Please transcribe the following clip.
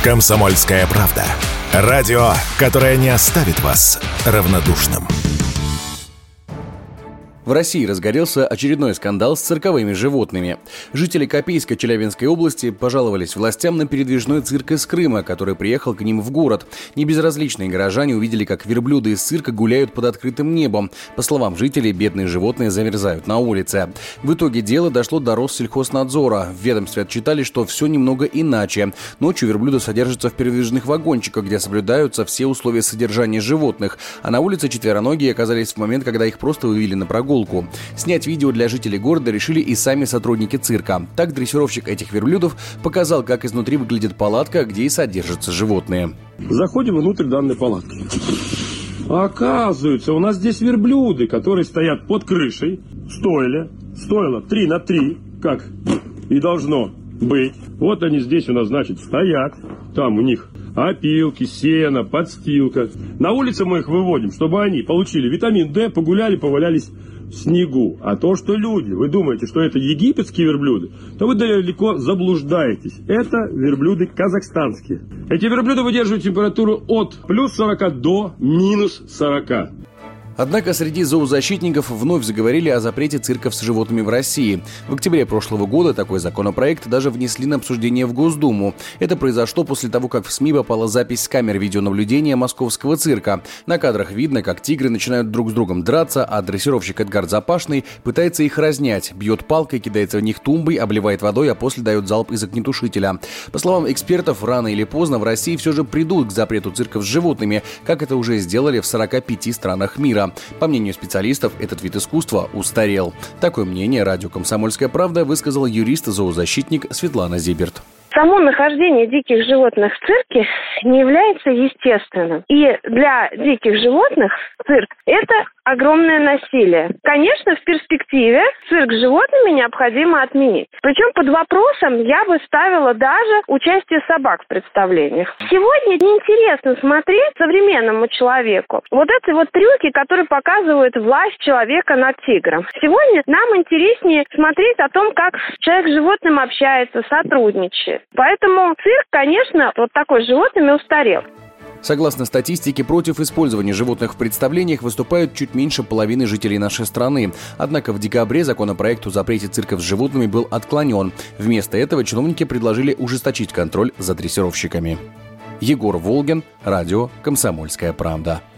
«Комсомольская правда». Радио, которое не оставит вас равнодушным. В России разгорелся очередной скандал с цирковыми животными. Жители Копейской Челябинской области пожаловались властям на передвижной цирк из Крыма, который приехал к ним в город. Небезразличные горожане увидели, как верблюды из цирка гуляют под открытым небом. По словам жителей, бедные животные замерзают на улице. В итоге дело дошло до Россельхознадзора. В ведомстве отчитали, что все немного иначе. Ночью верблюды содержатся в передвижных вагончиках, где соблюдаются все условия содержания животных. А на улице четвероногие оказались в момент, когда их просто вывели на прогулку. Снять видео для жителей города решили и сами сотрудники цирка. Так дрессировщик этих верблюдов показал, как изнутри выглядит палатка, где и содержатся животные. Заходим внутрь данной палатки. Оказывается, у нас здесь верблюды, которые стоят под крышей, стойло 3 на 3, как и должно быть. Вот они здесь у нас, значит, стоят. Там у них опилки, сено, подстилка. На улице мы их выводим, чтобы они получили витамин D, погуляли, повалялись в снегу. А то, что люди, вы думаете, что это египетские верблюды, то вы далеко заблуждаетесь. Это верблюды казахстанские. Эти верблюды выдерживают температуру от плюс 40 до минус 40. Однако среди зоозащитников вновь заговорили о запрете цирков с животными в России. В октябре прошлого года такой законопроект даже внесли на обсуждение в Госдуму. Это произошло после того, как в СМИ попала запись с камер видеонаблюдения московского цирка. На кадрах видно, как тигры начинают друг с другом драться, а дрессировщик Эдгар Запашный пытается их разнять, бьет палкой, кидается в них тумбой, обливает водой, а после дает залп из огнетушителя. По словам экспертов, рано или поздно в России все же придут к запрету цирков с животными, как это уже сделали в 45 странах мира. По мнению специалистов, этот вид искусства устарел. Такое мнение радио «Комсомольская правда» высказал юрист-зоозащитник Светлана Зиберт. Само нахождение диких животных в цирке не является естественным. И для диких животных цирк – это огромное насилие. Конечно, в перспективе цирк с животными необходимо отменить. Причем под вопросом я бы ставила даже участие собак в представлениях. Сегодня неинтересно смотреть современному человеку вот эти вот трюки, которые показывают власть человека над тигром. Сегодня нам интереснее смотреть о том, как человек с животным общается, сотрудничает. Поэтому цирк, конечно, вот такой с животными устарел. Согласно статистике, против использования животных в представлениях выступают чуть меньше половины жителей нашей страны. Однако в декабре законопроект о запрете цирков с животными был отклонен. Вместо этого чиновники предложили ужесточить контроль за дрессировщиками. Егор Волгин, радио «Комсомольская правда».